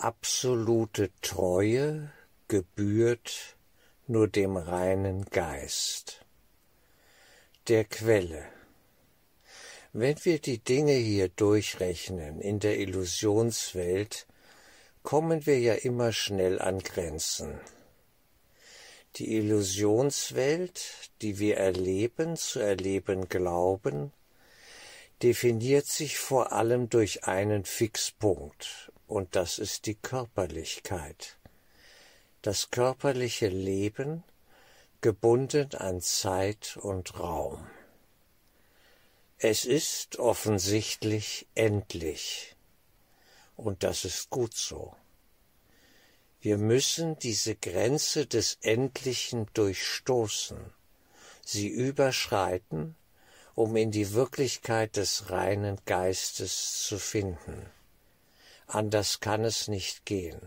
Absolute Treue gebührt nur dem reinen Geist, der Quelle. Wenn wir die Dinge hier durchrechnen in der Illusionswelt, kommen wir ja immer schnell an Grenzen. Die Illusionswelt, die wir erleben, zu erleben glauben, definiert sich vor allem durch einen Fixpunkt, und das ist die Körperlichkeit. Das körperliche Leben, gebunden an Zeit und Raum. Es ist offensichtlich endlich, und das ist gut so. Wir müssen diese Grenze des Endlichen durchstoßen, sie überschreiten, um in die Wirklichkeit des reinen Geistes zu finden. Anders kann es nicht gehen.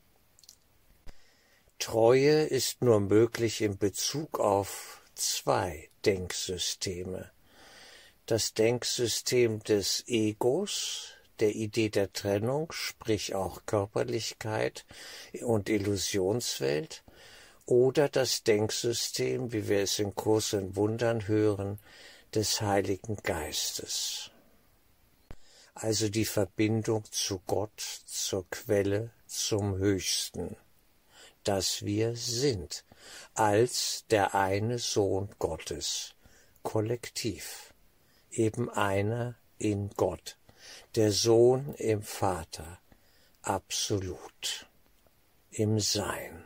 Treue ist nur möglich in Bezug auf zwei Denksysteme. Das Denksystem des Egos, der Idee der Trennung, sprich auch Körperlichkeit und Illusionswelt, oder das Denksystem, wie wir es in Kurs in Wundern hören, des Heiligen Geistes. Also die Verbindung zu Gott, zur Quelle, zum Höchsten, das wir sind, als der eine Sohn Gottes, kollektiv, eben einer in Gott, der Sohn im Vater, absolut, im Sein.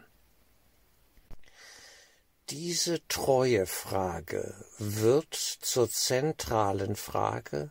Diese Treuefrage wird zur zentralen Frage,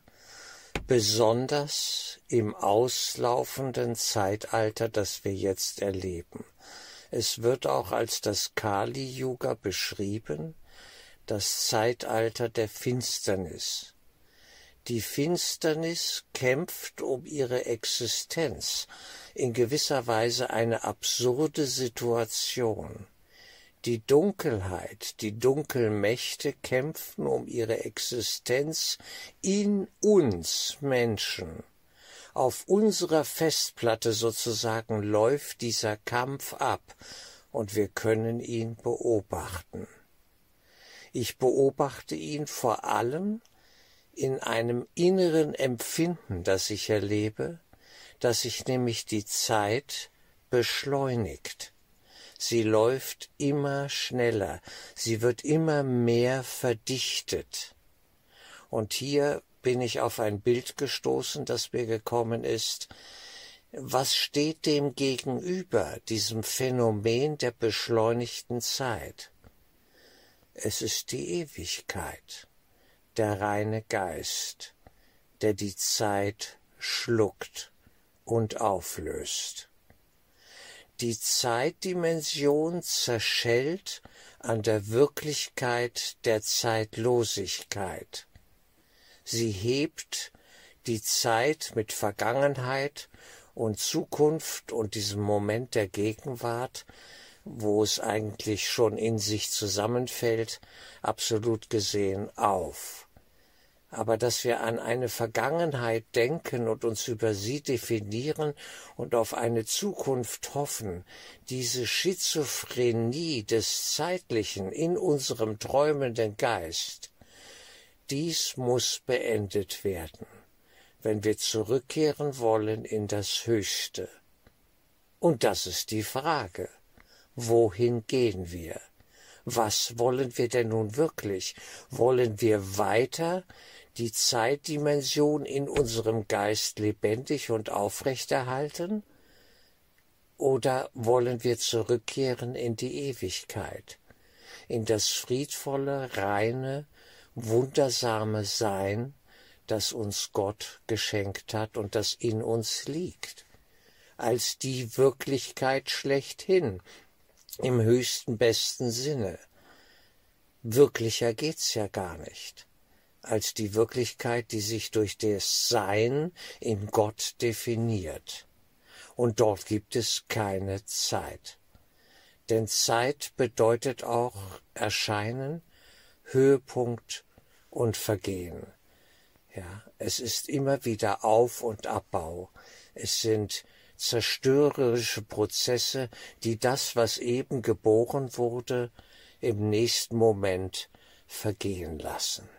besonders im auslaufenden Zeitalter, das wir jetzt erleben. Es wird auch als das Kali-Yuga beschrieben, das Zeitalter der Finsternis. Die Finsternis kämpft um ihre Existenz, in gewisser Weise eine absurde Situation. Die Dunkelheit, die Dunkelmächte kämpfen um ihre Existenz in uns Menschen. Auf unserer Festplatte sozusagen läuft dieser Kampf ab, und wir können ihn beobachten. Ich beobachte ihn vor allem in einem inneren Empfinden, das ich erlebe, dass sich nämlich die Zeit beschleunigt. Sie läuft immer schneller, sie wird immer mehr verdichtet. Und hier bin ich auf ein Bild gestoßen, das mir gekommen ist. Was steht dem gegenüber, diesem Phänomen der beschleunigten Zeit? Es ist die Ewigkeit, der reine Geist, der die Zeit schluckt und auflöst. Die Zeitdimension zerschellt an der Wirklichkeit der Zeitlosigkeit. Sie hebt die Zeit mit Vergangenheit und Zukunft und diesem Moment der Gegenwart, wo es eigentlich schon in sich zusammenfällt, absolut gesehen auf. Aber dass wir an eine Vergangenheit denken und uns über sie definieren und auf eine Zukunft hoffen, diese Schizophrenie des Zeitlichen in unserem träumenden Geist, dies muss beendet werden, wenn wir zurückkehren wollen in das Höchste. Und das ist die Frage. Wohin gehen wir? Was wollen wir denn nun wirklich? Wollen wir weiter die Zeitdimension in unserem Geist lebendig und aufrechterhalten? Oder wollen wir zurückkehren in die Ewigkeit, in das friedvolle, reine, wundersame Sein, das uns Gott geschenkt hat und das in uns liegt, als die Wirklichkeit schlechthin, im höchsten, besten Sinne. Wirklicher geht's ja gar nicht, als die Wirklichkeit, die sich durch das Sein in Gott definiert. Und dort gibt es keine Zeit. Denn Zeit bedeutet auch Erscheinen, Höhepunkt und Vergehen. Ja, es ist immer wieder Auf- und Abbau. Es sind zerstörerische Prozesse, die das, was eben geboren wurde, im nächsten Moment vergehen lassen.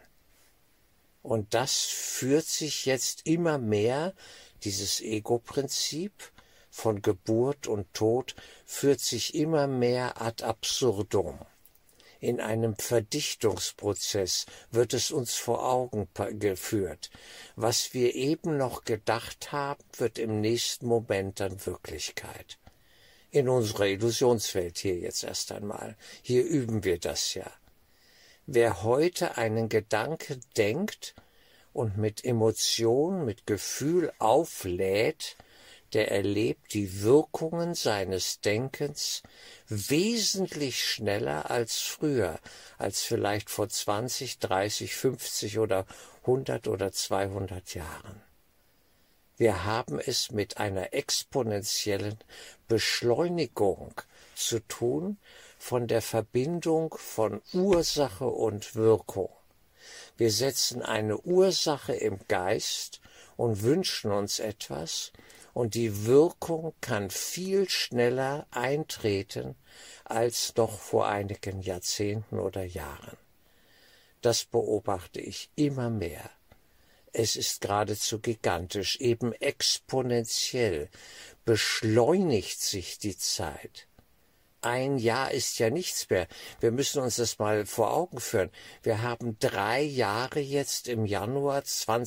Und das führt sich jetzt immer mehr, dieses Ego-Prinzip von Geburt und Tod, führt sich immer mehr ad absurdum. In einem Verdichtungsprozess wird es uns vor Augen geführt. Was wir eben noch gedacht haben, wird im nächsten Moment dann Wirklichkeit. In unserer Illusionswelt hier jetzt erst einmal. Hier üben wir das ja. Wer heute einen Gedanke denkt und mit Emotion, mit Gefühl auflädt, der erlebt die Wirkungen seines Denkens wesentlich schneller als früher, als vielleicht vor 20, 30, 50 oder 100 oder 200 Jahren. Wir haben es mit einer exponentiellen Beschleunigung zu tun von der Verbindung von Ursache und Wirkung. Wir setzen eine Ursache im Geist und wünschen uns etwas, und die Wirkung kann viel schneller eintreten als noch vor einigen Jahrzehnten oder Jahren. Das beobachte ich immer mehr. Es ist geradezu gigantisch, eben exponentiell beschleunigt sich die Zeit. Ein Jahr ist ja nichts mehr. Wir müssen uns das mal vor Augen führen. Wir haben 3 Jahre jetzt im Januar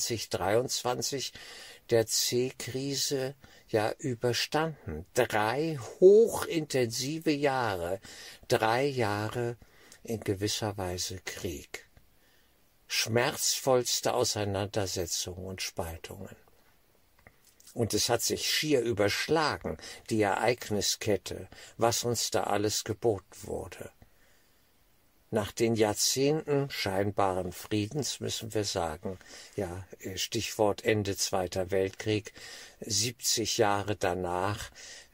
2023 der C-Krise ja überstanden. 3 hochintensive Jahre, 3 Jahre in gewisser Weise Krieg. Schmerzvollste Auseinandersetzungen und Spaltungen. Und es hat sich schier überschlagen, die Ereigniskette, was uns da alles geboten wurde. Nach den Jahrzehnten scheinbaren Friedens müssen wir sagen, ja, Stichwort Ende Zweiter Weltkrieg, 70 Jahre danach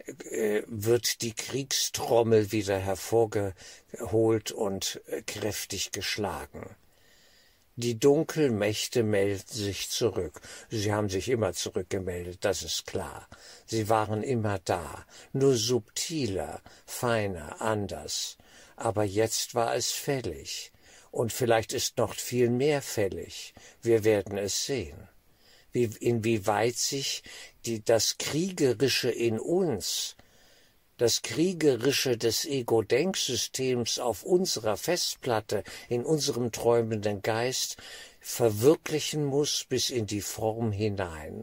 wird die Kriegstrommel wieder hervorgeholt und kräftig geschlagen. Die Dunkelmächte melden sich zurück. Sie haben sich immer zurückgemeldet, das ist klar. Sie waren immer da, nur subtiler, feiner, anders. Aber jetzt war es fällig. Und vielleicht ist noch viel mehr fällig. Wir werden es sehen. Inwieweit sich das Kriegerische in uns, das Kriegerische des Ego-Denksystems auf unserer Festplatte, in unserem träumenden Geist, verwirklichen muss bis in die Form hinein.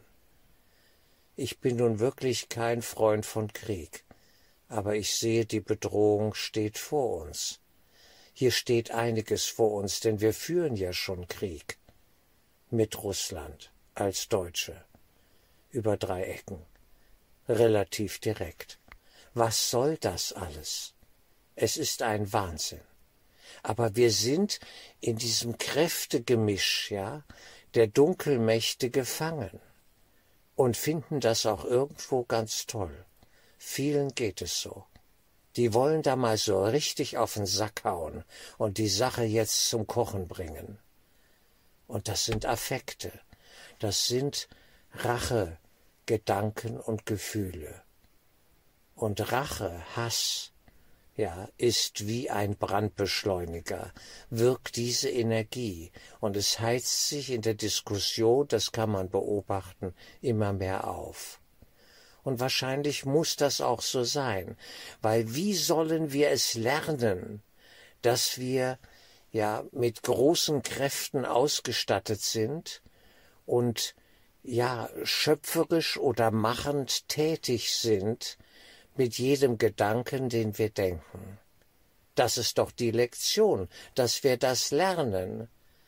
Ich bin nun wirklich kein Freund von Krieg, aber ich sehe, die Bedrohung steht vor uns. Hier steht einiges vor uns, denn wir führen ja schon Krieg mit Russland als Deutsche über 3 Ecken, relativ direkt. Was soll das alles? Es ist ein Wahnsinn. Aber wir sind in diesem Kräftegemisch, ja, der Dunkelmächte gefangen und finden das auch irgendwo ganz toll. Vielen geht es so. Die wollen da mal so richtig auf den Sack hauen und die Sache jetzt zum Kochen bringen. Und das sind Affekte, das sind Rache, Gedanken und Gefühle. Und Rache, Hass, ja, ist wie ein Brandbeschleuniger, wirkt diese Energie, und es heizt sich in der Diskussion, das kann man beobachten, immer mehr auf. Und wahrscheinlich muss das auch so sein, weil wie sollen wir es lernen, dass wir ja mit großen Kräften ausgestattet sind und ja schöpferisch oder machend tätig sind, mit jedem Gedanken, den wir denken. Das ist doch die Lektion, dass wir das lernen.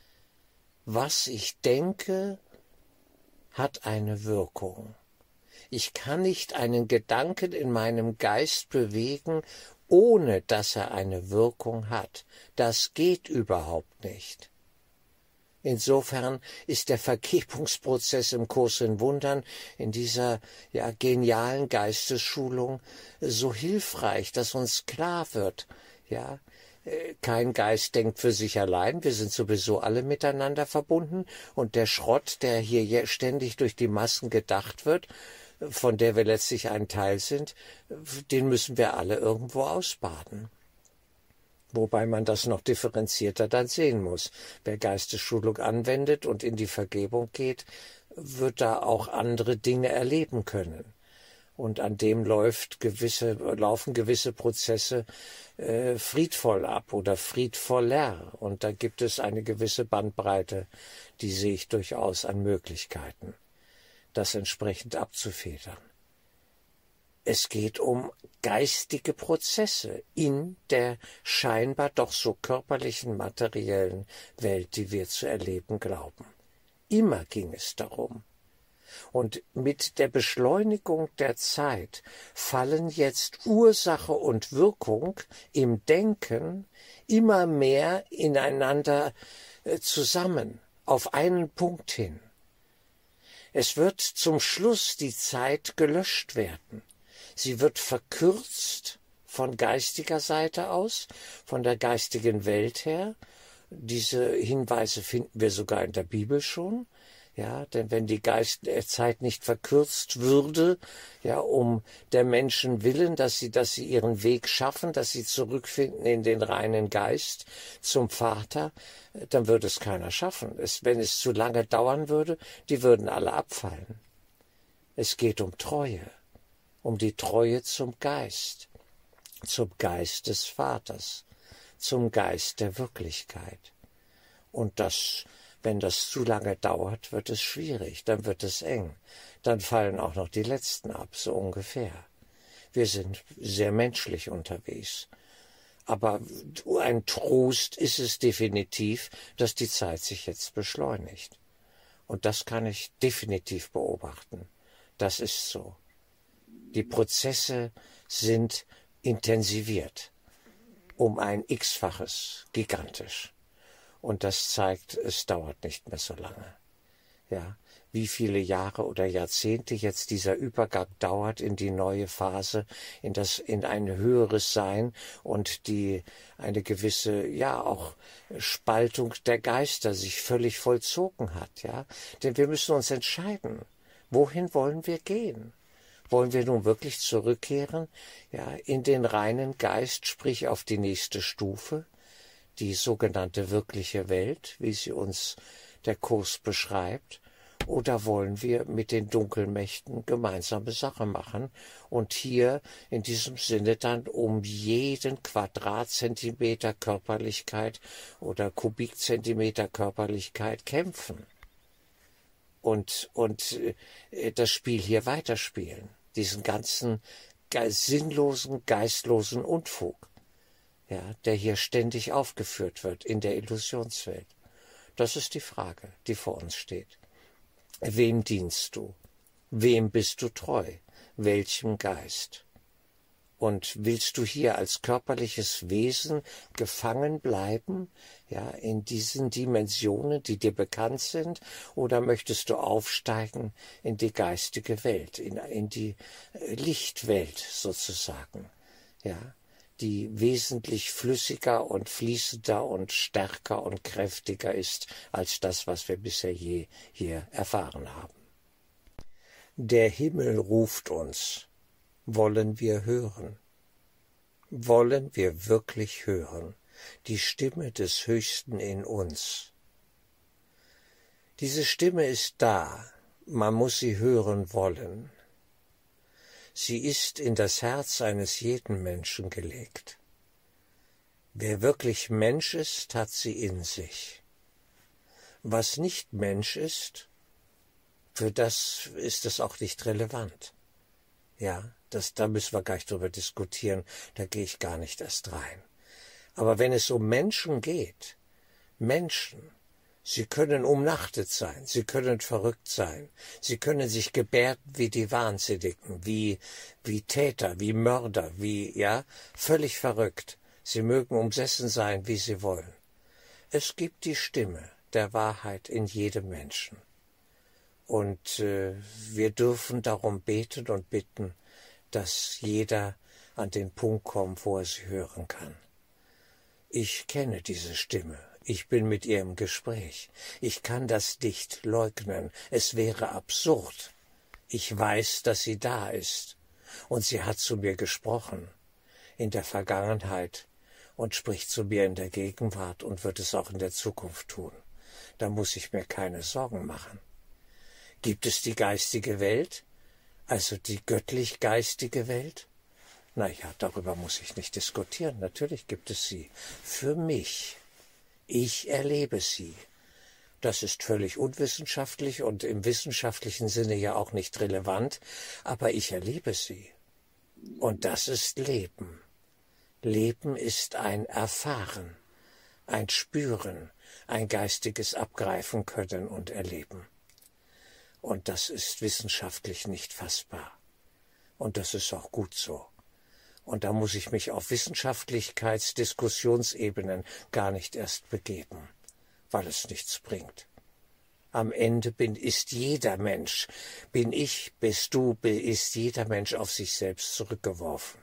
Was ich denke, hat eine Wirkung. Ich kann nicht einen Gedanken in meinem Geist bewegen, ohne dass er eine Wirkung hat. Das geht überhaupt nicht. Insofern ist der Vergebungsprozess im Kurs in Wundern, in dieser ja genialen Geistesschulung, so hilfreich, dass uns klar wird, ja, kein Geist denkt für sich allein, wir sind sowieso alle miteinander verbunden, und der Schrott, der hier ständig durch die Massen gedacht wird, von der wir letztlich ein Teil sind, den müssen wir alle irgendwo ausbaden. Wobei man das noch differenzierter dann sehen muss. Wer Geistesschulung anwendet und in die Vergebung geht, wird da auch andere Dinge erleben können. Und an dem laufen gewisse Prozesse friedvoll ab oder friedvoller. Und da gibt es eine gewisse Bandbreite, die sehe ich durchaus an Möglichkeiten, das entsprechend abzufedern. Es geht um geistige Prozesse in der scheinbar doch so körperlichen, materiellen Welt, die wir zu erleben glauben. Immer ging es darum. Und mit der Beschleunigung der Zeit fallen jetzt Ursache und Wirkung im Denken immer mehr ineinander zusammen, auf einen Punkt hin. Es wird zum Schluss die Zeit gelöscht werden. Sie wird verkürzt von geistiger Seite aus, von der geistigen Welt her. Diese Hinweise finden wir sogar in der Bibel schon. Ja, denn wenn die Zeit nicht verkürzt würde, ja, um der Menschen willen, dass sie ihren Weg schaffen, dass sie zurückfinden in den reinen Geist zum Vater, dann würde es keiner schaffen. Wenn es zu lange dauern würde, die würden alle abfallen. Es geht um Treue, um die Treue zum Geist des Vaters, zum Geist der Wirklichkeit. Und wenn das zu lange dauert, wird es schwierig, dann wird es eng. Dann fallen auch noch die Letzten ab, so ungefähr. Wir sind sehr menschlich unterwegs. Aber ein Trost ist es definitiv, dass die Zeit sich jetzt beschleunigt. Und das kann ich definitiv beobachten. Das ist so. Die Prozesse sind intensiviert, um ein X-faches, gigantisch. Und das zeigt, es dauert nicht mehr so lange. Ja, wie viele Jahre oder Jahrzehnte jetzt dieser Übergang dauert in die neue Phase, in ein höheres Sein und eine gewisse, ja, auch Spaltung der Geister sich völlig vollzogen hat, ja. Denn wir müssen uns entscheiden, wohin wollen wir gehen? Wollen wir nun wirklich zurückkehren, ja, in den reinen Geist, sprich auf die nächste Stufe, die sogenannte wirkliche Welt, wie sie uns der Kurs beschreibt, oder wollen wir mit den Dunkelmächten gemeinsame Sache machen und hier in diesem Sinne dann um jeden Quadratzentimeter Körperlichkeit oder Kubikzentimeter Körperlichkeit kämpfen und das Spiel hier weiterspielen, diesen ganzen sinnlosen, geistlosen Unfug, ja, der hier ständig aufgeführt wird in der Illusionswelt. Das ist die Frage, die vor uns steht. Wem dienst du? Wem bist du treu? Welchem Geist? Und willst du hier als körperliches Wesen gefangen bleiben, ja, in diesen Dimensionen, die dir bekannt sind, oder möchtest du aufsteigen in die geistige Welt, in die Lichtwelt sozusagen, ja, die wesentlich flüssiger und fließender und stärker und kräftiger ist als das, was wir bisher je hier erfahren haben. Der Himmel ruft uns. Wollen wir hören? Wollen wir wirklich hören? Die Stimme des Höchsten in uns. Diese Stimme ist da, man muss sie hören wollen. Sie ist in das Herz eines jeden Menschen gelegt. Wer wirklich Mensch ist, hat sie in sich. Was nicht Mensch ist, für das ist es auch nicht relevant. Ja, da müssen wir gleich drüber diskutieren, da gehe ich gar nicht erst rein. Aber wenn es um Menschen geht, Menschen, sie können umnachtet sein, sie können verrückt sein, sie können sich gebärden wie die Wahnsinnigen, wie Täter, wie Mörder, völlig verrückt. Sie mögen umsessen sein, wie sie wollen. Es gibt die Stimme der Wahrheit in jedem Menschen. Und wir dürfen darum beten und bitten, dass jeder an den Punkt kommt, wo er sie hören kann. Ich kenne diese Stimme. Ich bin mit ihr im Gespräch. Ich kann das nicht leugnen. Es wäre absurd, Ich weiß, dass sie da ist. Und sie hat zu mir gesprochen, in der Vergangenheit, und spricht zu mir in der Gegenwart und wird es auch in der Zukunft tun. Da muss ich mir keine Sorgen machen. Gibt es die geistige Welt, also die göttlich-geistige Welt? Na ja, darüber muss ich nicht diskutieren. Natürlich gibt es sie. Für mich. Ich erlebe sie. Das ist völlig unwissenschaftlich und im wissenschaftlichen Sinne ja auch nicht relevant, aber ich erlebe sie. Und das ist Leben. Leben ist ein Erfahren, ein Spüren, ein geistiges Abgreifen können und erleben. Und das ist wissenschaftlich nicht fassbar. Und das ist auch gut so. Und da muss ich mich auf Wissenschaftlichkeitsdiskussionsebenen gar nicht erst begeben, weil es nichts bringt. Am Ende ist jeder Mensch, bin ich, bist du, ist jeder Mensch auf sich selbst zurückgeworfen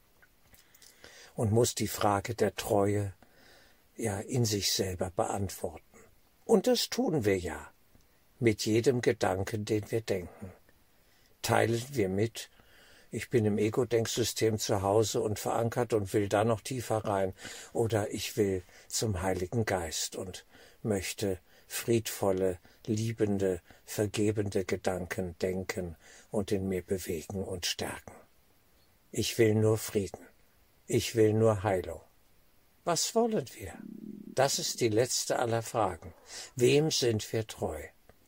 und muss die Frage der Treue ja in sich selber beantworten. Und das tun wir ja mit jedem Gedanken, den wir denken. Teilen wir mit, ich bin im Ego-Denksystem zu Hause und verankert und will da noch tiefer rein, oder ich will zum Heiligen Geist und möchte friedvolle, liebende, vergebende Gedanken denken und in mir bewegen und stärken. Ich will nur Frieden. Ich will nur Heilung. Was wollen wir? Das ist die letzte aller Fragen. Wem sind wir treu?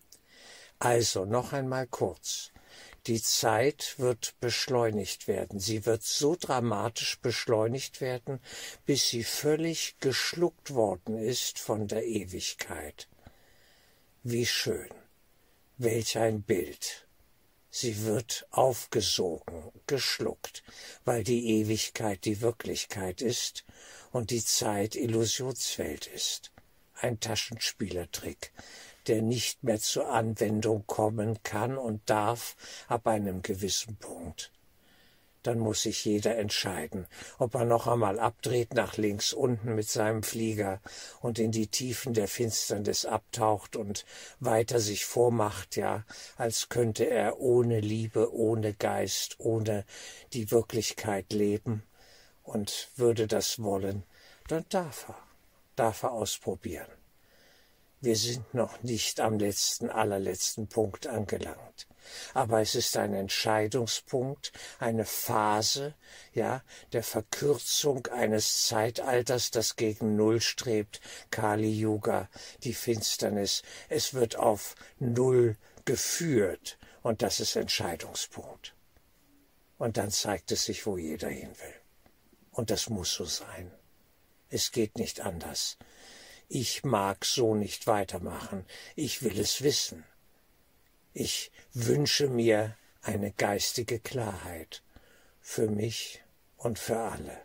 Also noch einmal kurz. Die Zeit wird beschleunigt werden. Sie wird so dramatisch beschleunigt werden, bis sie völlig geschluckt worden ist von der Ewigkeit. Wie schön. Welch ein Bild. Sie wird aufgesogen, geschluckt, weil die Ewigkeit die Wirklichkeit ist und die Zeit Illusionswelt ist. Ein Taschenspielertrick, der nicht mehr zur Anwendung kommen kann und darf ab einem gewissen Punkt. Dann muss sich jeder entscheiden, ob er noch einmal abdreht nach links unten mit seinem Flieger und in die Tiefen der Finsternis abtaucht und weiter sich vormacht, ja, als könnte er ohne Liebe, ohne Geist, ohne die Wirklichkeit leben und würde das wollen, dann darf er ausprobieren. Wir sind noch nicht am allerletzten Punkt angelangt. Aber es ist ein Entscheidungspunkt, eine Phase, ja, der Verkürzung eines Zeitalters, das gegen Null strebt, Kali Yuga, die Finsternis. Es wird auf Null geführt und das ist Entscheidungspunkt. Und dann zeigt es sich, wo jeder hin will. Und das muss so sein. Es geht nicht anders. Ich mag so nicht weitermachen. Ich will es wissen. Ich wünsche mir eine geistige Klarheit für mich und für alle.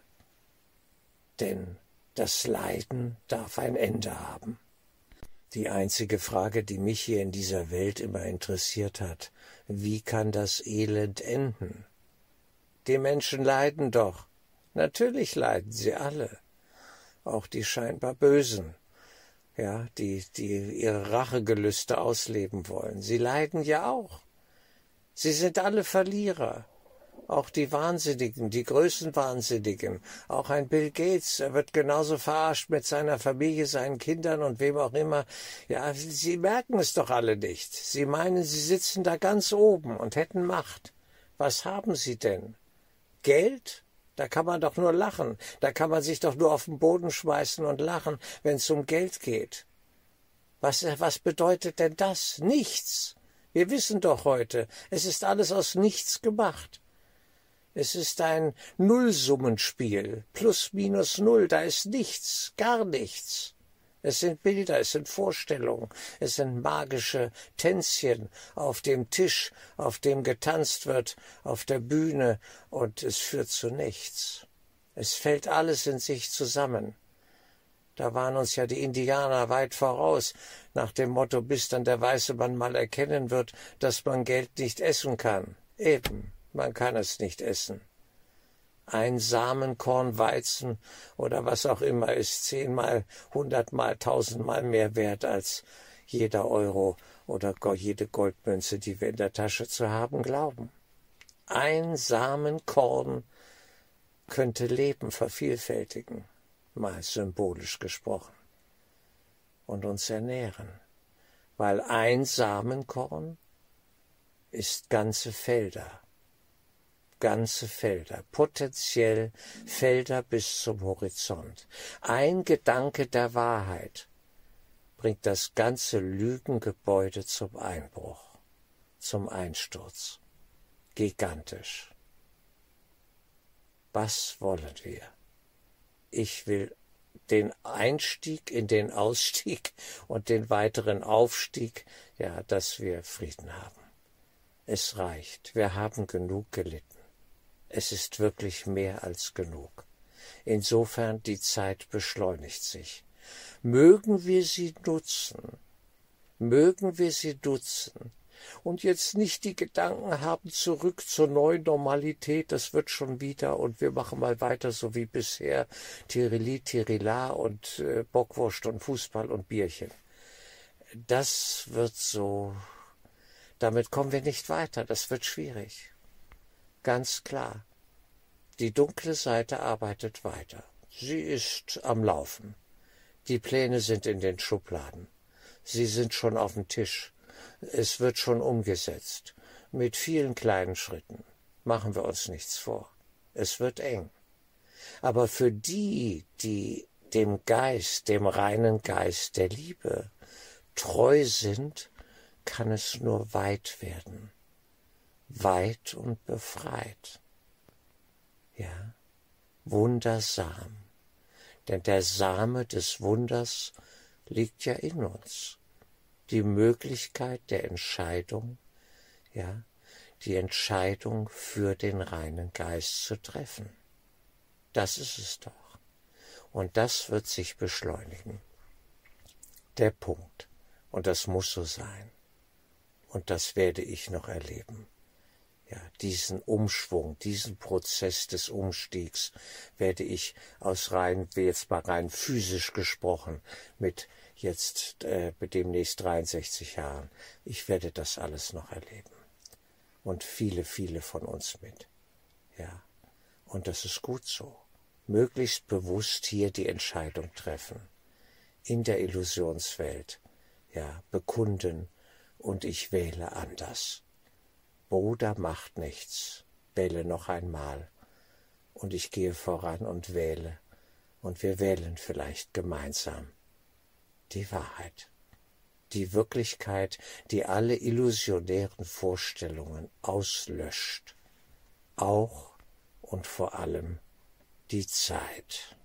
Denn das Leiden darf ein Ende haben. Die einzige Frage, die mich hier in dieser Welt immer interessiert hat, wie kann das Elend enden? Die Menschen leiden doch. Natürlich leiden sie alle. Auch die scheinbar Bösen. Ja, die ihre Rachegelüste ausleben wollen. Sie leiden ja auch. Sie sind alle Verlierer. Auch die Wahnsinnigen, die Größenwahnsinnigen. Auch ein Bill Gates, er wird genauso verarscht mit seiner Familie, seinen Kindern und wem auch immer. Ja, sie merken es doch alle nicht. Sie meinen, sie sitzen da ganz oben und hätten Macht. Was haben sie denn? Geld? Da kann man doch nur lachen. Da kann man sich doch nur auf den Boden schmeißen und lachen, wenn es um Geld geht. Was bedeutet denn das? Nichts. Wir wissen doch heute, es ist alles aus nichts gemacht. Es ist ein Nullsummenspiel. Plus, minus, null. Da ist nichts, gar nichts. Es sind Bilder, es sind Vorstellungen, es sind magische Tänzchen auf dem Tisch, auf dem getanzt wird, auf der Bühne, und es führt zu nichts. Es fällt alles in sich zusammen. Da waren uns ja die Indianer weit voraus, nach dem Motto, bis dann der weiße Mann mal erkennen wird, dass man Geld nicht essen kann. Eben, man kann es nicht essen. Ein Samenkorn Weizen oder was auch immer ist 10-mal, 100-mal, 1000-mal mehr wert als jeder Euro oder jede Goldmünze, die wir in der Tasche zu haben glauben. Ein Samenkorn könnte Leben vervielfältigen, mal symbolisch gesprochen, und uns ernähren, weil ein Samenkorn ist ganze Felder, potenziell Felder bis zum Horizont. Ein Gedanke der Wahrheit bringt das ganze Lügengebäude zum Einbruch, zum Einsturz. Gigantisch. Was wollen wir? Ich will den Einstieg in den Ausstieg und den weiteren Aufstieg, ja, dass wir Frieden haben. Es reicht. Wir haben genug gelitten. Es ist wirklich mehr als genug. Insofern die Zeit beschleunigt sich. Mögen wir sie nutzen. Mögen wir sie nutzen. Und jetzt nicht die Gedanken haben, zurück zur neuen Normalität, das wird schon wieder und wir machen mal weiter so wie bisher, Tirili, Tirila und Bockwurst und Fußball und Bierchen. Das wird so, damit kommen wir nicht weiter, das wird schwierig. Ganz klar. Die dunkle Seite arbeitet weiter. Sie ist am Laufen. Die Pläne sind in den Schubladen. Sie sind schon auf dem Tisch. Es wird schon umgesetzt. Mit vielen kleinen Schritten. Machen wir uns nichts vor. Es wird eng. Aber für die, die dem Geist, dem reinen Geist der Liebe treu sind, kann es nur weit werden. Weit und befreit. Ja, wundersam. Denn der Same des Wunders liegt ja in uns. Die Möglichkeit der Entscheidung, ja, die Entscheidung für den reinen Geist zu treffen. Das ist es doch. Und das wird sich beschleunigen. Der Punkt. Und das muss so sein. Und das werde ich noch erleben. Ja, diesen Umschwung, diesen Prozess des Umstiegs werde ich jetzt mal rein physisch gesprochen, mit jetzt demnächst 63 Jahren, ich werde das alles noch erleben. Und viele, viele von uns mit. Ja, und das ist gut so. Möglichst bewusst hier die Entscheidung treffen. In der Illusionswelt, ja, bekunden und ich wähle anders. Bruder macht nichts, wähle noch einmal. Und ich gehe voran und wähle. Und wir wählen vielleicht gemeinsam die Wahrheit. Die Wirklichkeit, die alle illusionären Vorstellungen auslöscht. Auch und vor allem die Zeit.